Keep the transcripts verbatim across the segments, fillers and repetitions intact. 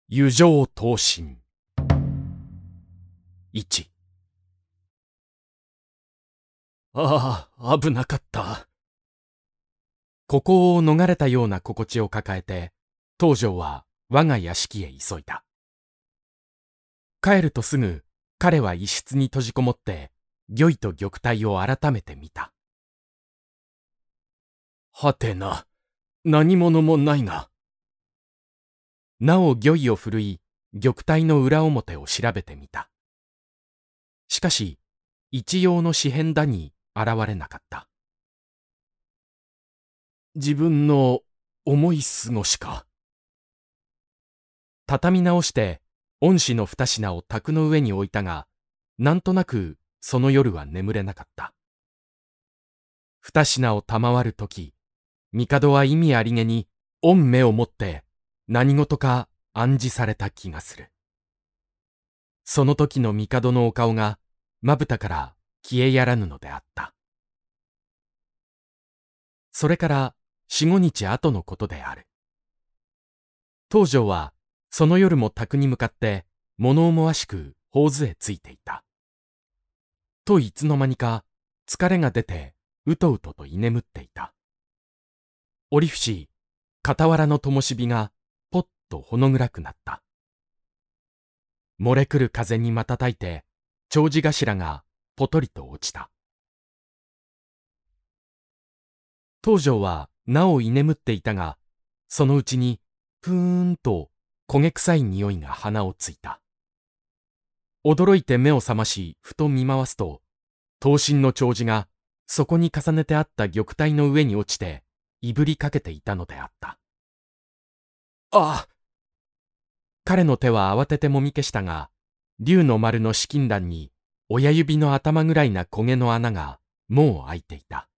油上刀身。いち。ああ、危なかった。孤高を逃れたような心地を抱えて、東條は我が屋敷へ急いだ。帰るとすぐ、彼は一室に閉じこもって、御意と玉体を改めて見た。はてな、何者もないが。なお御意を振るい、玉体の裏表を調べてみた。しかし、一様の紙片だに現れなかった。自分の思い過ごしか。畳み直して、恩師の二品を卓の上に置いたが、なんとなくその夜は眠れなかった。二品を賜るとき、帝は意味ありげに御目をもって何事か暗示された気がする。その時の帝のお顔がまぶたから消えやらぬのであった。それから四五日後のことである。東條はその夜も宅に向かって物思わしく頬杖へついていた。といつの間にか疲れが出てうとうとと居眠っていた。折節、傍らの灯火がぽっとほの暗くなった。漏れ来る風に瞬いて、丁子頭がぽとりと落ちた。東條はなお居眠っていたが、そのうちにぷーんと焦げ臭い匂いが鼻をついた。驚いて目を覚まし、ふと見回すと、刀身の丁子がそこに重ねてあった玉体の上に落ちて、いぶりかけていたのであった。ああ！彼の手は慌ててもみ消したが、竜の丸の資金弾に親指の頭ぐらいな焦げの穴がもう開いていた。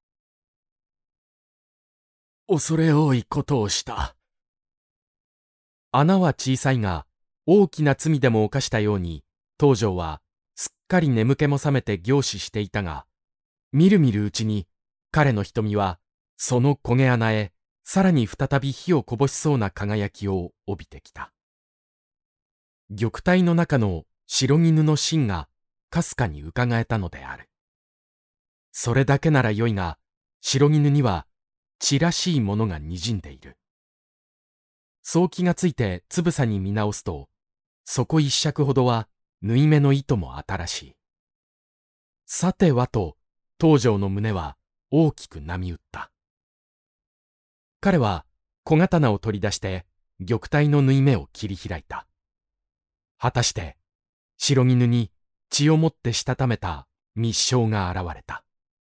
恐れ多いことをした。穴は小さいが、大きな罪でも犯したように、東條はすっかり眠気も覚めて凝視していたが、みるみるうちに彼の瞳はその焦げ穴へさらに再び火をこぼしそうな輝きを帯びてきた。玉体の中の白絹の芯がかすかにうかがえたのである。それだけならよいが、白絹には血らしいものがにじんでいる。そう気がついてつぶさに見直すと、そこ一尺ほどは縫い目の糸も新しい。さてはと、東條の胸は大きく波打った。彼は小刀を取り出して玉体の縫い目を切り開いた。果たして白絹に血をもってしたためた密章が現れた。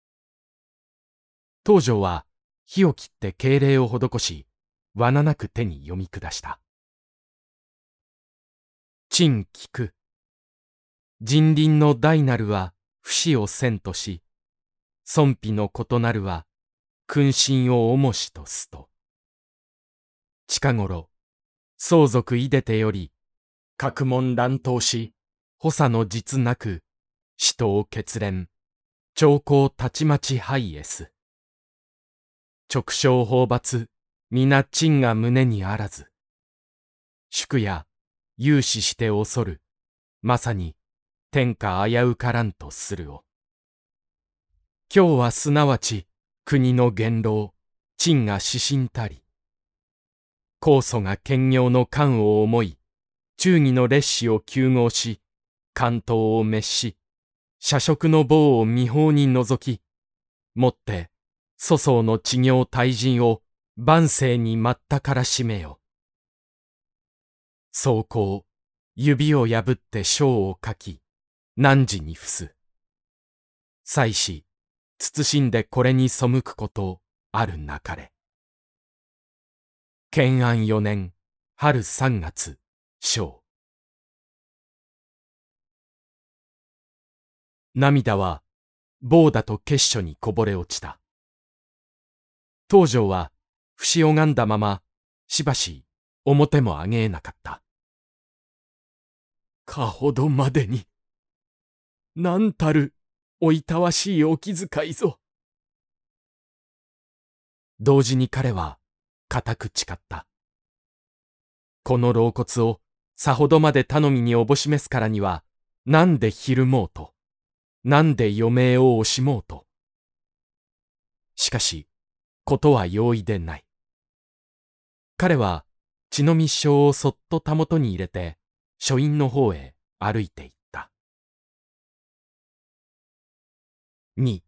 東條は火を切って敬礼を施し、罠なく手に読み下した。陳聞く。人倫の大なるは不死をせんとし、尊卑の異なるは君臣を重しとすと。近頃、相続いでてより、学問乱闘し、補佐の実なく、死闘決連、長江たちまちハイエス。直将法罰、皆陳が胸にあらず。祝や、有志して恐る、まさに、天下危うからんとするを。今日はすなわち、国の元老、陳が指針たり。高祖が兼業の官を思い、忠義の烈士を糾合し、関東を滅し、社食の棒を未法に除き、もって、粗相の治業大人を万世に待ったからしめよ。草稿、指を破って章を書き、汝に付す。妻子、慎んでこれに背くことあるなかれ。建安四年、春三月、章。涙は棒だと結書にこぼれ落ちた。東條は節を拝んだまま、しばし表も上げえなかった。かほどまでに、なんたるおいたわしいお気遣いぞ。同時に彼は固く誓った。この老骨をさほどまで頼みにおぼしめすからには、なんでひるもうと、なんで余命を惜しもうと。しかし、ことは容易でない。彼は血の密書をそっとたもとに入れて、書院の方へ歩いていった。に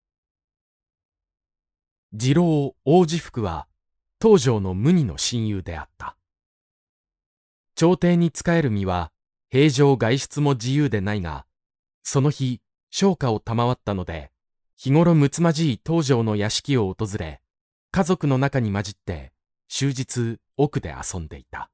次郎王子福は東条の無二の親友であった。朝廷に仕える身は平常外出も自由でないが、その日商家を賜ったので、日頃むつまじい東条の屋敷を訪れ、家族の中に混じって終日奥で遊んでいた。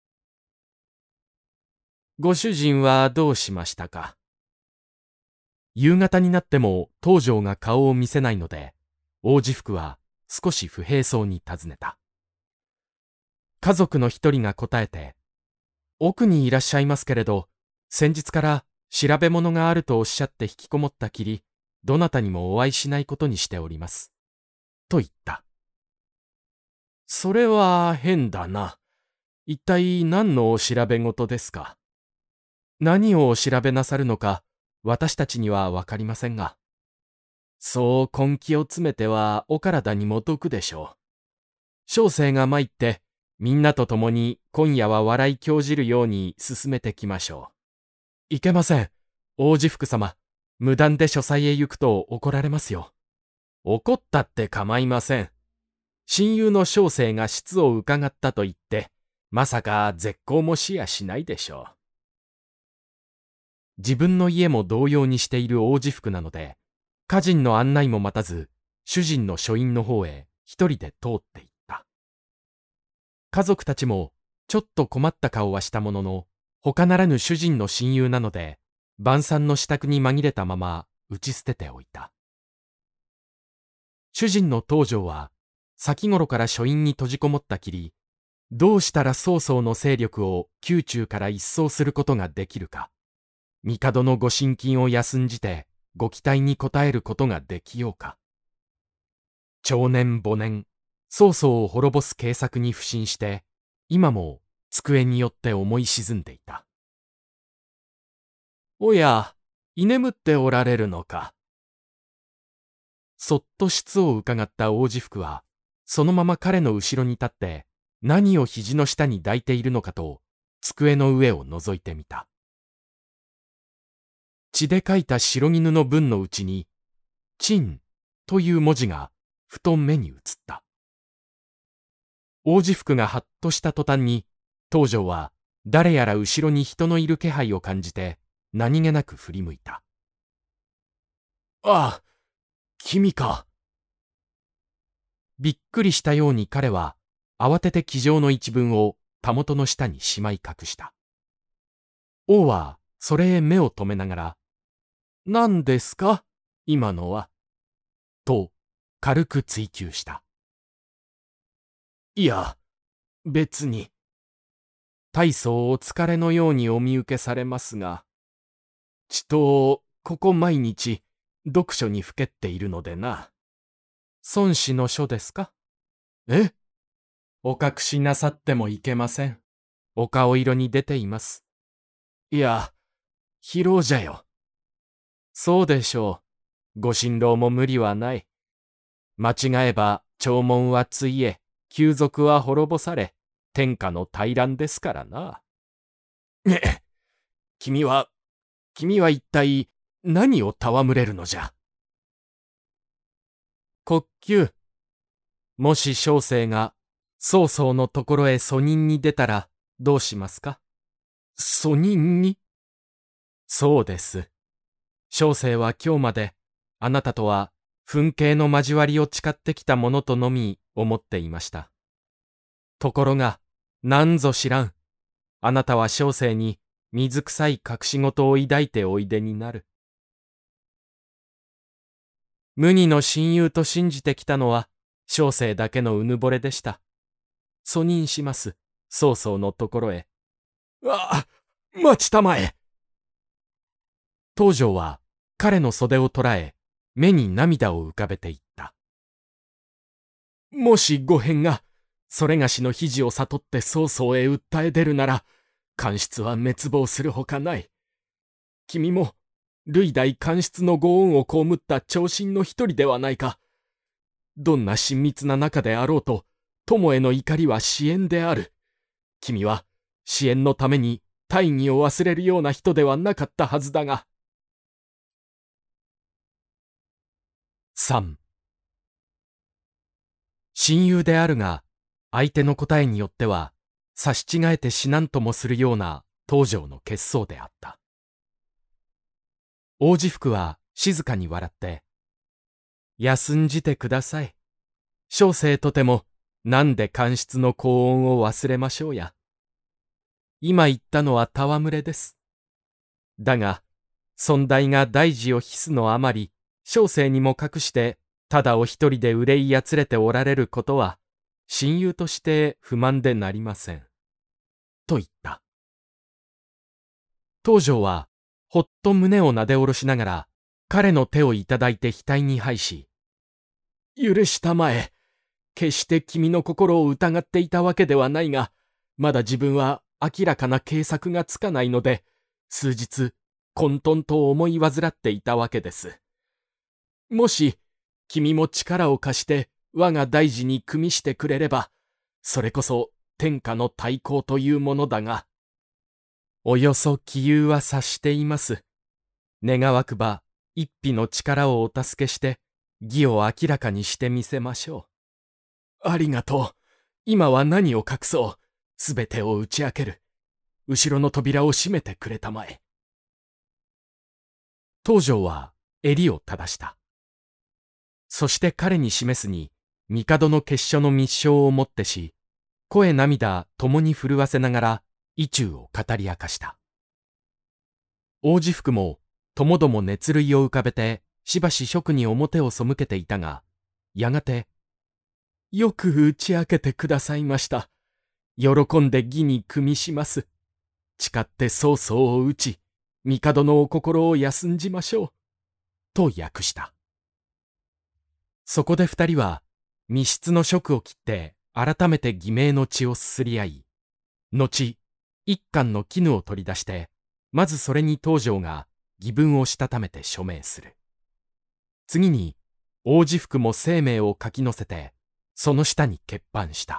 ご主人はどうしましたか。夕方になっても東条が顔を見せないので、王子福は少し不平そうに尋ねた。家族の一人が答えて、奥にいらっしゃいますけれど、先日から調べ物があるとおっしゃって引きこもったきり、どなたにもお会いしないことにしております。と言った。それは変だな。一体何のお調べ事ですか。何をお調べなさるのか、私たちにはわかりませんが。そう根気を詰めてはお体にも毒でしょう。小生が参って、みんなと共に今夜は笑い興じるように進めてきましょう。いけません。王子福様、無断で書斎へ行くと怒られますよ。怒ったって構いません。親友の小生が質を伺ったと言って、まさか絶好もしやしないでしょう。自分の家も同様にしている王子福なので、家人の案内も待たず、主人の書院の方へ一人で通っていった。家族たちもちょっと困った顔はしたものの、他ならぬ主人の親友なので、晩餐の支度に紛れたまま打ち捨てておいた。主人の東条は、先頃から書院に閉じこもったきり、どうしたら曹操の勢力を宮中から一掃することができるか、帝のご親近を休んじてご期待に応えることができようか。長年母年、曹操を滅ぼす計策に腐心して、今も机によって思い沈んでいた。おや、居眠っておられるのか。そっと質を伺った王子福は、そのまま彼の後ろに立って、何を肘の下に抱いているのかと、机の上を覗いてみた。血で書いた白絹の文のうちに、陳という文字がふと目に映った。王子福がはっとした途端に、東条は誰やら後ろに人のいる気配を感じて、何気なく振り向いた。ああ、君か。びっくりしたように彼は、慌てて記状の一文をたもとの下にしまい隠した。王はそれへ目を留めながら、何ですか今のは。と軽く追求した。いや、別に。大層お疲れのようにお見受けされますが、ちとここ毎日読書にふけっているのでな。孫子の書ですか。え？お隠しなさってもいけません。お顔色に出ています。いや、疲労じゃよ。そうでしょう。ご辛労も無理はない。間違えば弔問はついえ、宮族は滅ぼされ、天下の大乱ですからな。ええ、君は、君は一体何を戯れるのじゃ。国舅。もし小生が曹操のところへ訴人に出たらどうしますか。訴人に。そうです。小生は今日まであなたとは憤敬の交わりを誓ってきたものとのみ思っていました。ところがなんぞ知らん。あなたは小生に水臭い隠し事を抱いておいでになる。無二の親友と信じてきたのは小生だけのうぬぼれでした。訴人します。曹操のところへ。ああ、待ちたまえ。東条は彼の袖を捉え、目に涙を浮かべていった。もしご変が、それがしの秘事を悟って曹操へ訴え出るなら、 官室は滅亡するほかない。君も、類代官室のご恩を被った長身の一人ではないか。どんな親密な仲であろうと、友への怒りは私怨である。君は、私怨のために大義を忘れるような人ではなかったはずだが。さん親友であるが、相手の答えによっては、差し違えて死なんともするような東条の血相であった。王子服は静かに笑って、休んじてください。小生とても、なんで官室の高恩を忘れましょうや。今言ったのは戯れです。だが、尊大が大事を秘すのあまり、小生にも隠して、ただお一人で憂いやつれておられることは、親友として不満でなりません。と言った。東条は、ほっと胸をなでおろしながら、彼の手をいただいて額に拝し、許したまえ。決して君の心を疑っていたわけではないが、まだ自分は明らかな計策がつかないので、数日、混沌と思い患っていたわけです。もし、君も力を貸して我が大事に組みしてくれれば、それこそ天下の大功というものだが、およそ杞憂は察しています。願わくば、一匹の力をお助けして、義を明らかにしてみせましょう。ありがとう。今は何を隠そう。すべてを打ち明ける。後ろの扉を閉めてくれたまえ。東条は襟を正した。そして彼に示すに、帝の結書の密書をもってし、声涙共に震わせながら、意中を語り明かした。王子服も、ともども熱類を浮かべて、しばし職に表を背けていたが、やがて、よく打ち明けてくださいました。喜んで義に組みします。誓って曹操を討ち、帝のお心を休んじましょう。と訳した。そこで二人は、密室の職を切って、改めて偽名の血をすすり合い、後、一巻の絹を取り出して、まずそれに東条が義文をしたためて署名する。次に、王子服も生命を書き乗せて、その下に欠版した。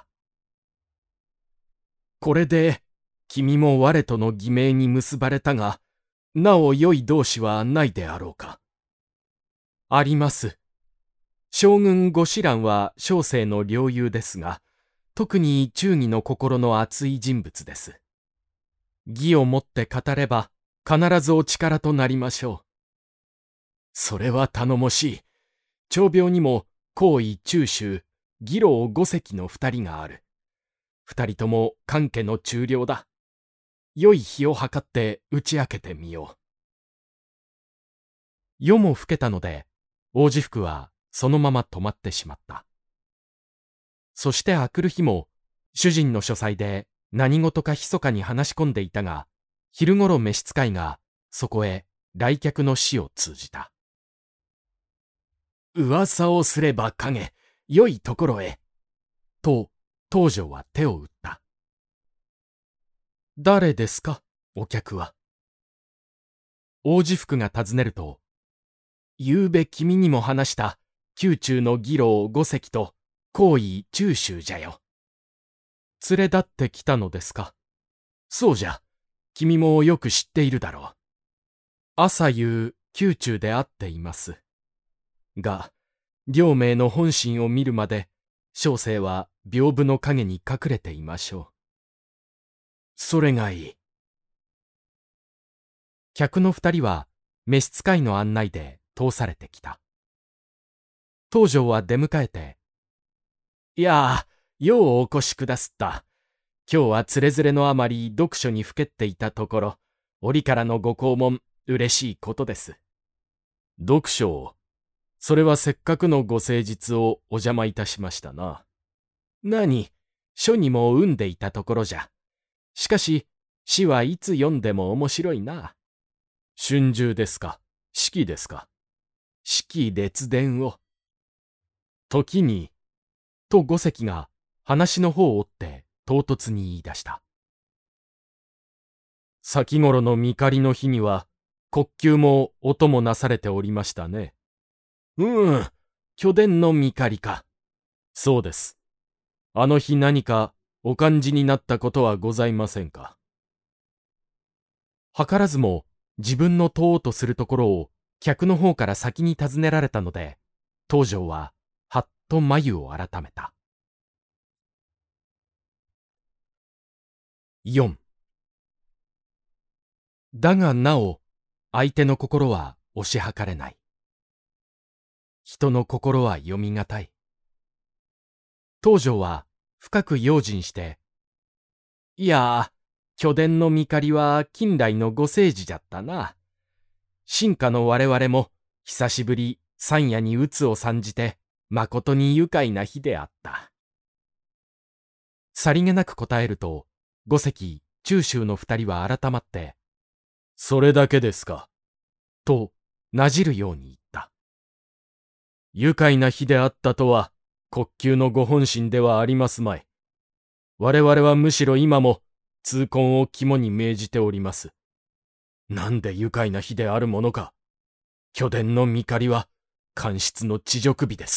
これで、君も我との偽名に結ばれたが、なお良い同志はないであろうか。あります。将軍御子蘭は小生の領友ですが、特に忠義の心の熱い人物です。義をもって語れば、必ずお力となりましょう。それは頼もしい。長病にも、皇位中秋、義老五隻の二人がある。二人とも官家の忠良だ。良い日を計って打ち明けてみよう。夜も更けたので、王子服はそのまま止まってしまった。そして明くる日も、主人の書斎で何事か密かに話し込んでいたが、昼ごろ召使いがそこへ来客の死を通じた。噂をすれば影、良いところへ。と、東条は手を打った。誰ですか、お客は。王子服が尋ねると、ゆうべ君にも話した宮中の義老五隻と皇位中秋じゃよ。連れ立ってきたのですか。そうじゃ。君もよく知っているだろう。朝夕宮中で会っています。が、両名の本心を見るまで、小生は屏風の陰に隠れていましょう。それがいい。客の二人は召使いの案内で通されてきた。東条は出迎えて、いやあ、ようお越しくだすった。今日はつれづれのあまり読書にふけっていたところ、折からのご訪問、嬉しいことです。読書を、それはせっかくのご誠実をお邪魔いたしましたな。何、書にも読んでいたところじゃ。しかし、詩はいつ読んでも面白いな。春秋ですか、四季ですか。四季列伝を。時に、と五隻が話の方を追って唐突に言い出した。 先頃の見狩りの日には、国給も音もなされておりましたね。うん、巨殿の見狩りか。そうです。あの日何かお感じになったことはございませんか。図らずも自分の問おうとするところを客の方から先に尋ねられたので、東條ははっと眉を改めた。よんだがなお相手の心は推し量れない。人の心は読みがたい。東條は深く用心して、いや、巨殿の見狩りは近来のご政治じゃったな。臣下の我々も久しぶり山野に鬱を参じて、まことに愉快な日であった。さりげなく答えると、五隻中州の二人は改まって、それだけですか、となじるように言った。愉快な日であったとは、国級のご本心ではありますまい。我々はむしろ今も痛恨を肝に銘じております。なんで愉快な日であるものか。巨殿の見狩りは官室の恥辱日です。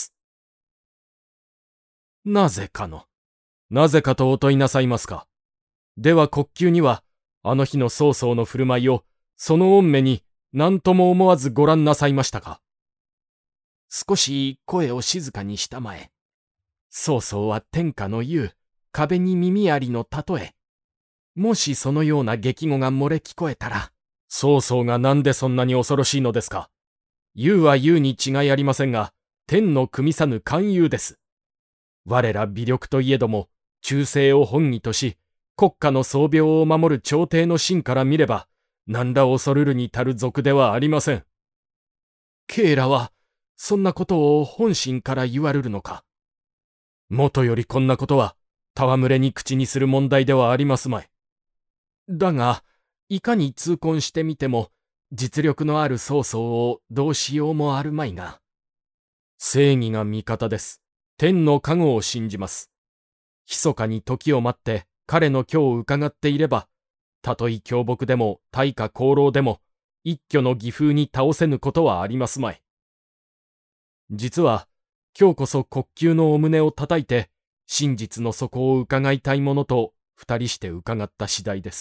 なぜかの。なぜかとお問いなさいますか。では国級にはあの日の曹操の振る舞いをその御目に何とも思わずご覧なさいましたか。少し声を静かにしたまえ。曹操は天下の言う壁に耳ありの例え。もしそのような激語が漏れ聞こえたら、曹操がなんでそんなに恐ろしいのですか。言うは言うに違いありませんが、天の組みさぬ勧誘です。我ら微力といえども、忠誠を本義とし、国家の宗病を守る朝廷の臣から見れば、何ら恐るるに足る賊ではありません。慶らは、そんなことを本心から言われるのか。もとよりこんなことは、戯れに口にする問題ではありますまい。だが、いかに痛恨してみても、実力のある曹操をどうしようもあるまいが。正義が味方です。天の加護を信じます。密かに時を待って彼の今日を伺っていれば、たとえ強木でも大化功労でも、一挙の義風に倒せぬことはありますまい。実は、今日こそ国級のお胸を叩いて、真実の底を伺いたいものと二人して伺った次第です。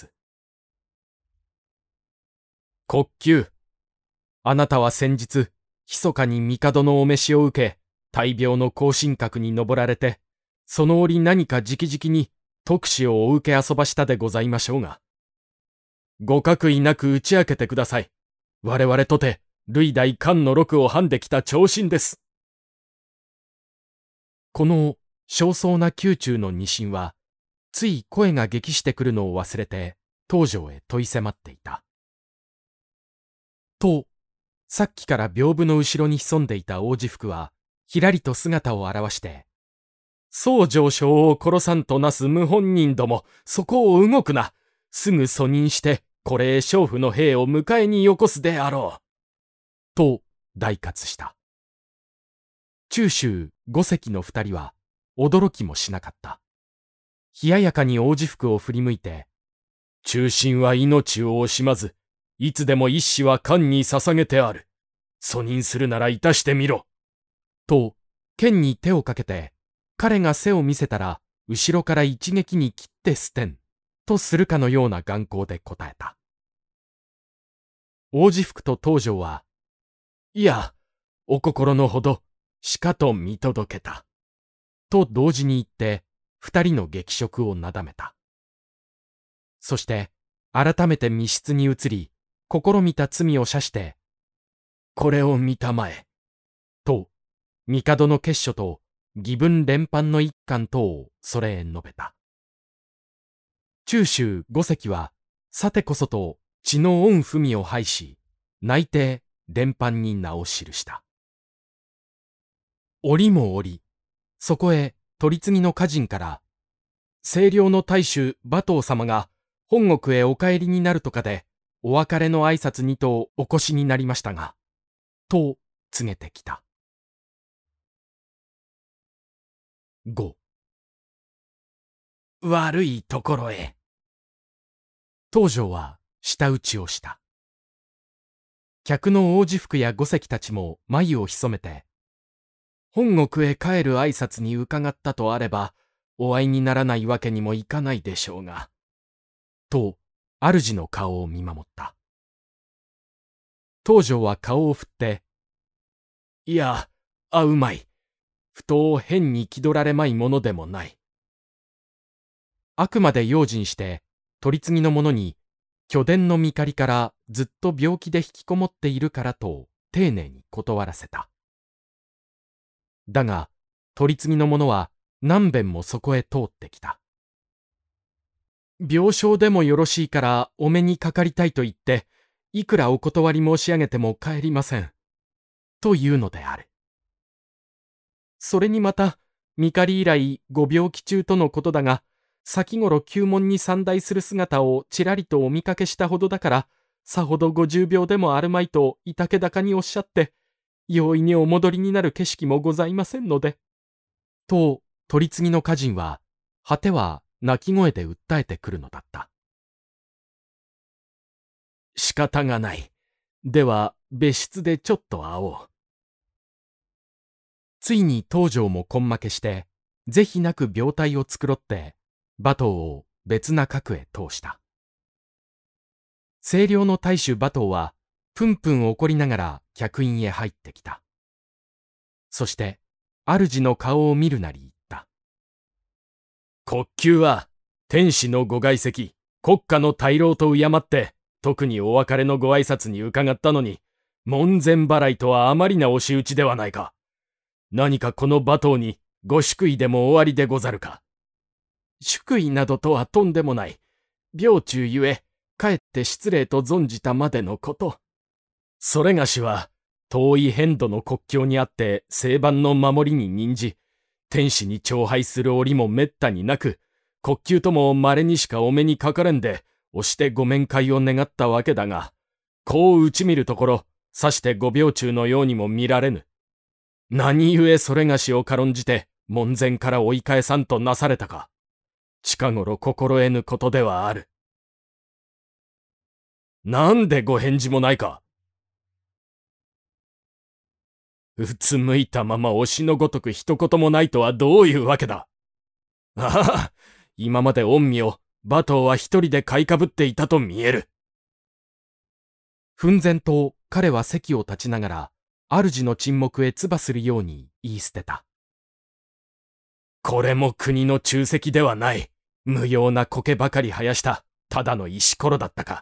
国級、あなたは先日、密かに帝のお召しを受け、大病の後進閣に登られて、その折何か直々に特使をお受け遊ばしたでございましょうが。ご覚意なく打ち明けてください。我々とて、類代漢の禄を藩できた長身です。この少壮な宮中の二臣は、つい声が激してくるのを忘れて、東條へ問い迫っていた。と、さっきから屏風の後ろに潜んでいた王子服は、ひらりと姿を現して、宋上将を殺さんとなす謀反人ども、そこを動くな。すぐ訴任して、これへ娼婦の兵を迎えによこすであろう。と、大喝した。中州五隻の二人は、驚きもしなかった。冷ややかに王子服を振り向いて、忠臣は命を惜しまず、いつでも一子は漢に捧げてある。訴任するならいたしてみろ。と、剣に手をかけて、彼が背を見せたら、後ろから一撃に切って捨てん、とするかのような眼光で答えた。王子服と東條は、いや、お心のほど、しかと見届けた。と同時に言って、二人の激触をなだめた。そして、改めて密室に移り、試みた罪を射して、これを見たまえ。と、帝の結書と義文連判の一巻等をそれへ述べた。中州五隻は、さてこそと血の御文を拝し、泣いて連判に名を記した。折も折、そこへ取り次ぎの歌人から、清涼の大衆馬頭様が本国へお帰りになるとかで、お別れの挨拶にとお越しになりましたが、と告げてきた。ご悪いところへ。東條は舌打ちをした。客の王子服や五席たちも眉を潜めて、本国へ帰る挨拶に伺ったとあれば、お会いにならないわけにもいかないでしょうが、と主の顔を見守った。東條は顔を振って、いや、会うまい。ふと変に気取られまいものでもない。あくまで用心して、取り次ぎの者に、巨殿の見張りからずっと病気で引きこもっているからと丁寧に断らせた。だが、取り次ぎの者は何べんもそこへ通ってきた。病床でもよろしいからお目にかかりたいと言って、いくらお断り申し上げても帰りません。というのである。それにまた、見張り以来ご病気中とのことだが、先頃宮門に参内する姿をちらりとお見かけしたほどだから、さほどご重病でもあるまいといたけ高におっしゃって、容易にお戻りになる景色もございませんので。と、取り次ぎの家人は、果ては泣き声で訴えてくるのだった。仕方がない。では、別室でちょっと会おう。ついに東條も根負けして、是非なく病態を繕って、馬頭を別な閣へ通した。清涼の大衆馬頭は、ぷんぷん怒りながら客院へ入ってきた。そして、主の顔を見るなり言った。国舅は、天子のご外戚、国家の大老と敬って、特にお別れのご挨拶に伺ったのに、門前払いとはあまりな押し打ちではないか。何かこの馬頭にご祝意でもおありでござるか。祝意などとはとんでもない。病中ゆえ、かえって失礼と存じたまでのこと。それがしは、遠い遍土の国境にあって正番の守りに任じ、天子に朝拝する折もめったになく、国舅とも稀にしかお目にかかれんで、押してご面会を願ったわけだが、こう打ち見るところ、さしてご病中のようにも見られぬ。何故それがしを軽んじて、門前から追い返さんとなされたか。近頃心得ぬことではある。なんでご返事もないか。うつむいたまま推しのごとく一言もないとはどういうわけだ。ああ、今まで御身を馬頭は一人で買いかぶっていたと見える。奮然と彼は席を立ちながら、主の沈黙へ唾するように言い捨てた。これも国の忠責ではない。無用な苔ばかり生やしたただの石ころだったか。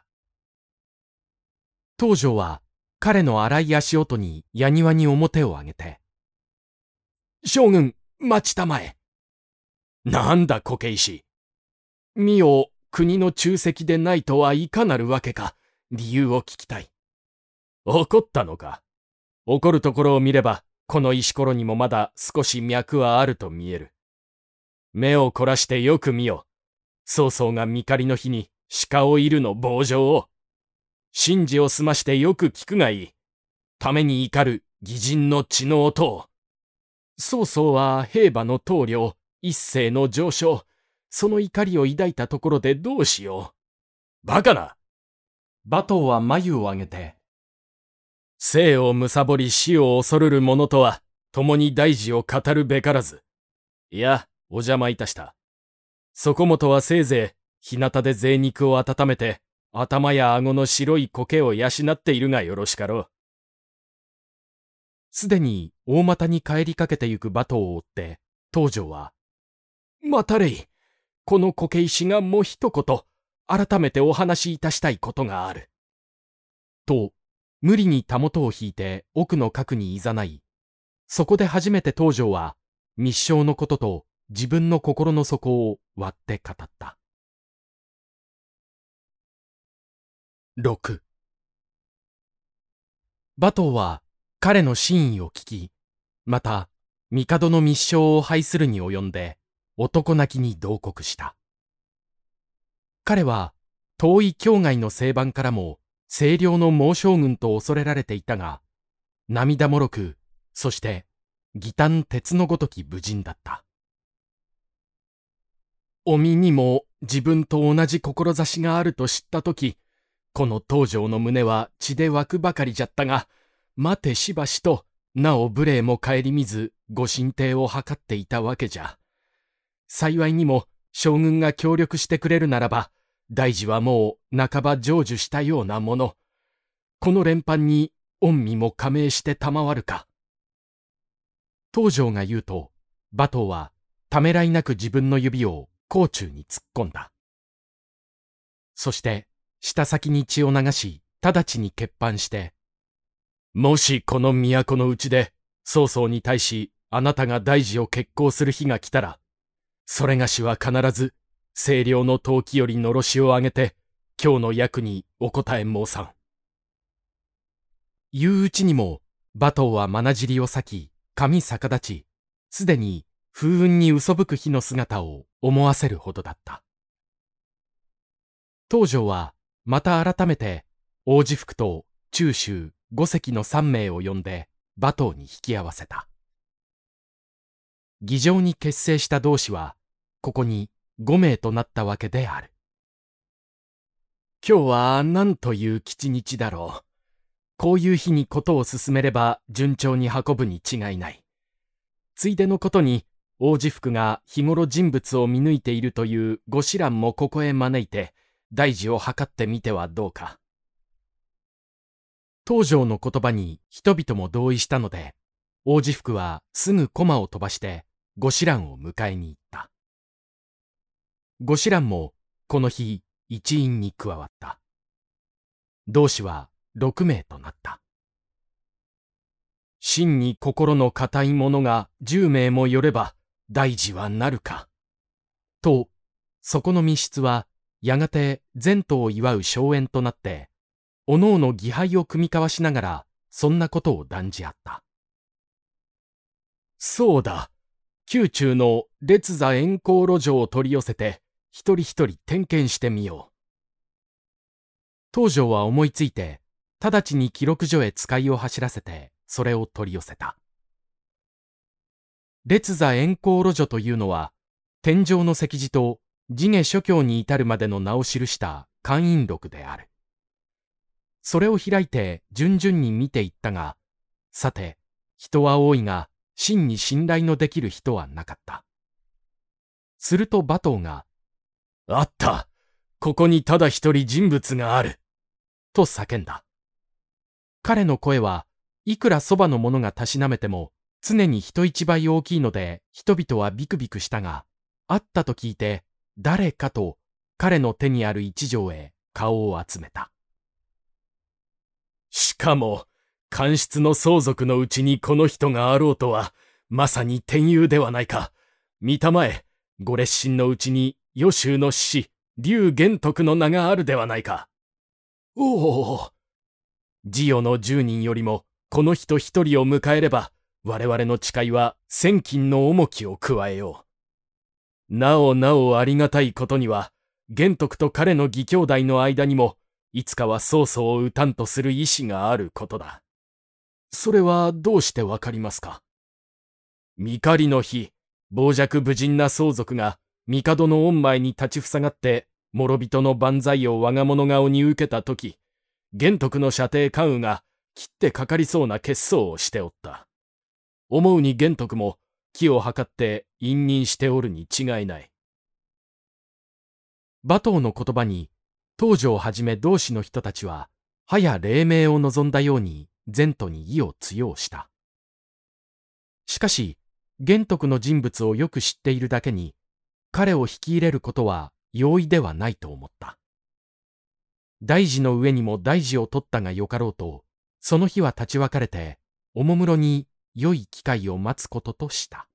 東條は彼の荒い足音に矢庭に面を上げて、将軍、待ちたまえ。なんだ苔石。見よ、国の忠責でないとはいかなるわけか。理由を聞きたい。怒ったのか。怒るところを見れば、この石ころにもまだ少し脈はあると見える。目を凝らしてよく見よ。曹操が見狩りの日に鹿を射るの棒状を。神事を済ましてよく聞くがいい。ために怒る義人の血の音を。曹操は兵馬の棟梁、一世の上昇。その怒りを抱いたところでどうしよう。バカな。馬頭は眉を上げて。生を貪り死を恐るる者とは、共に大事を語るべからず。いや、お邪魔いたした。そこもとはせいぜい、日向で贅肉を温めて、頭や顎の白い苔を養っているがよろしかろう。すでに大股に帰りかけてゆく馬頭を追って、東條は、待たれい。この苔石がもう一言、改めてお話しいたしたいことがある。と、無理にたもとを引いて奥の閣に誘い、そこで初めて東條は密書のことと自分の心の底を割って語った。ろく馬頭は彼の真意を聞き、また帝の密書を拝するに及んで男泣きに同国した。彼は遠い境外の西番からも清涼の猛将軍と恐れられていたが、涙もろく、そして義胆鉄のごとき武人だった。お身にも自分と同じ志があると知ったとき、 この東条の胸は血で湧くばかりじゃったが、待てしばしと、なお無礼も顧みず、ご進呈を図っていたわけじゃ。幸いにも、将軍が協力してくれるならば、大事はもう半ば成就したようなもの。この連藩に、御身も加盟して賜るか。東条が言うと、馬頭は、ためらいなく自分の指を甲冑に突っ込んだ。そして、舌先に血を流し、直ちに決判して、もしこの都のうちで、曹操に対しあなたが大事を決行する日が来たら、それがしは必ず、清涼の陶器よりのろしをあげて、今日の役にお答え申さん。言ううちにも、馬頭はまなじりを裂き、髪逆立ち、すでに風雲に嘘吹く日の姿を思わせるほどだった。東条は、また改めて、王子服と中州五隻の三名を呼んで、馬頭に引き合わせた。議場に結成した同志は、ここに五名となったわけである。今日は何という吉日だろう。こういう日に事を進めれば順調に運ぶに違いない。ついでのことに、王子服が日頃人物を見抜いているというご子蘭もここへ招いて、大事を図ってみてはどうか。東条の言葉に人々も同意したので、王子服はすぐ駒を飛ばしてご子蘭を迎えに行った。ご子蘭もこの日一員に加わった。同志は六名となった。真に心の固い者が十名もよれば大事はなるか。と、そこの密室はやがて前途を祝う荘園となって、おのおの儀杯を酌み交わしながら、そんなことを談じ合った。そうだ、宮中の列座円光路上を取り寄せて、一人一人点検してみよう。東条は思いついて、直ちに記録所へ使いを走らせて、それを取り寄せた。列座円光路女というのは、天上の石字と地下諸教に至るまでの名を記した官印録である。それを開いて順々に見ていったが、さて、人は多いが、真に信頼のできる人はなかった。すると馬頭が、あった、ここにただ一人人物がある、と叫んだ。彼の声はいくらそばの者がたしなめても、常に人一倍大きいので、人々はビクビクしたが、あったと聞いて、誰かと彼の手にある一条へ顔を集めた。しかも、官室の相続のうちにこの人があろうとは、まさに天佑ではないか。見たまえ、ご列親のうちに、与州の志士、劉玄徳の名があるではないか。おお。侍女の十人よりも、この人一人を迎えれば、我々の誓いは千金の重きを加えよう。なおなおありがたいことには、玄徳と彼の義兄弟の間にも、いつかは曹操を討たんとする意志があることだ。それはどうしてわかりますか。見狩りの日、傍若無人な相続が帝の御前に立ちふさがって諸人の万歳を我が物顔に受けたとき、玄徳の舎弟関羽が切ってかかりそうな血相をしておった。思うに玄徳も気を図って隠忍しておるに違いない。馬頭の言葉に東条をはじめ同志の人たちは早黎明を望んだように前途に意を強した。しかし玄徳の人物をよく知っているだけに彼を引き入れることは容易ではないと思った。大事の上にも大事を取ったがよかろうと、その日は立ち別れておもむろに良い機会を待つこととした。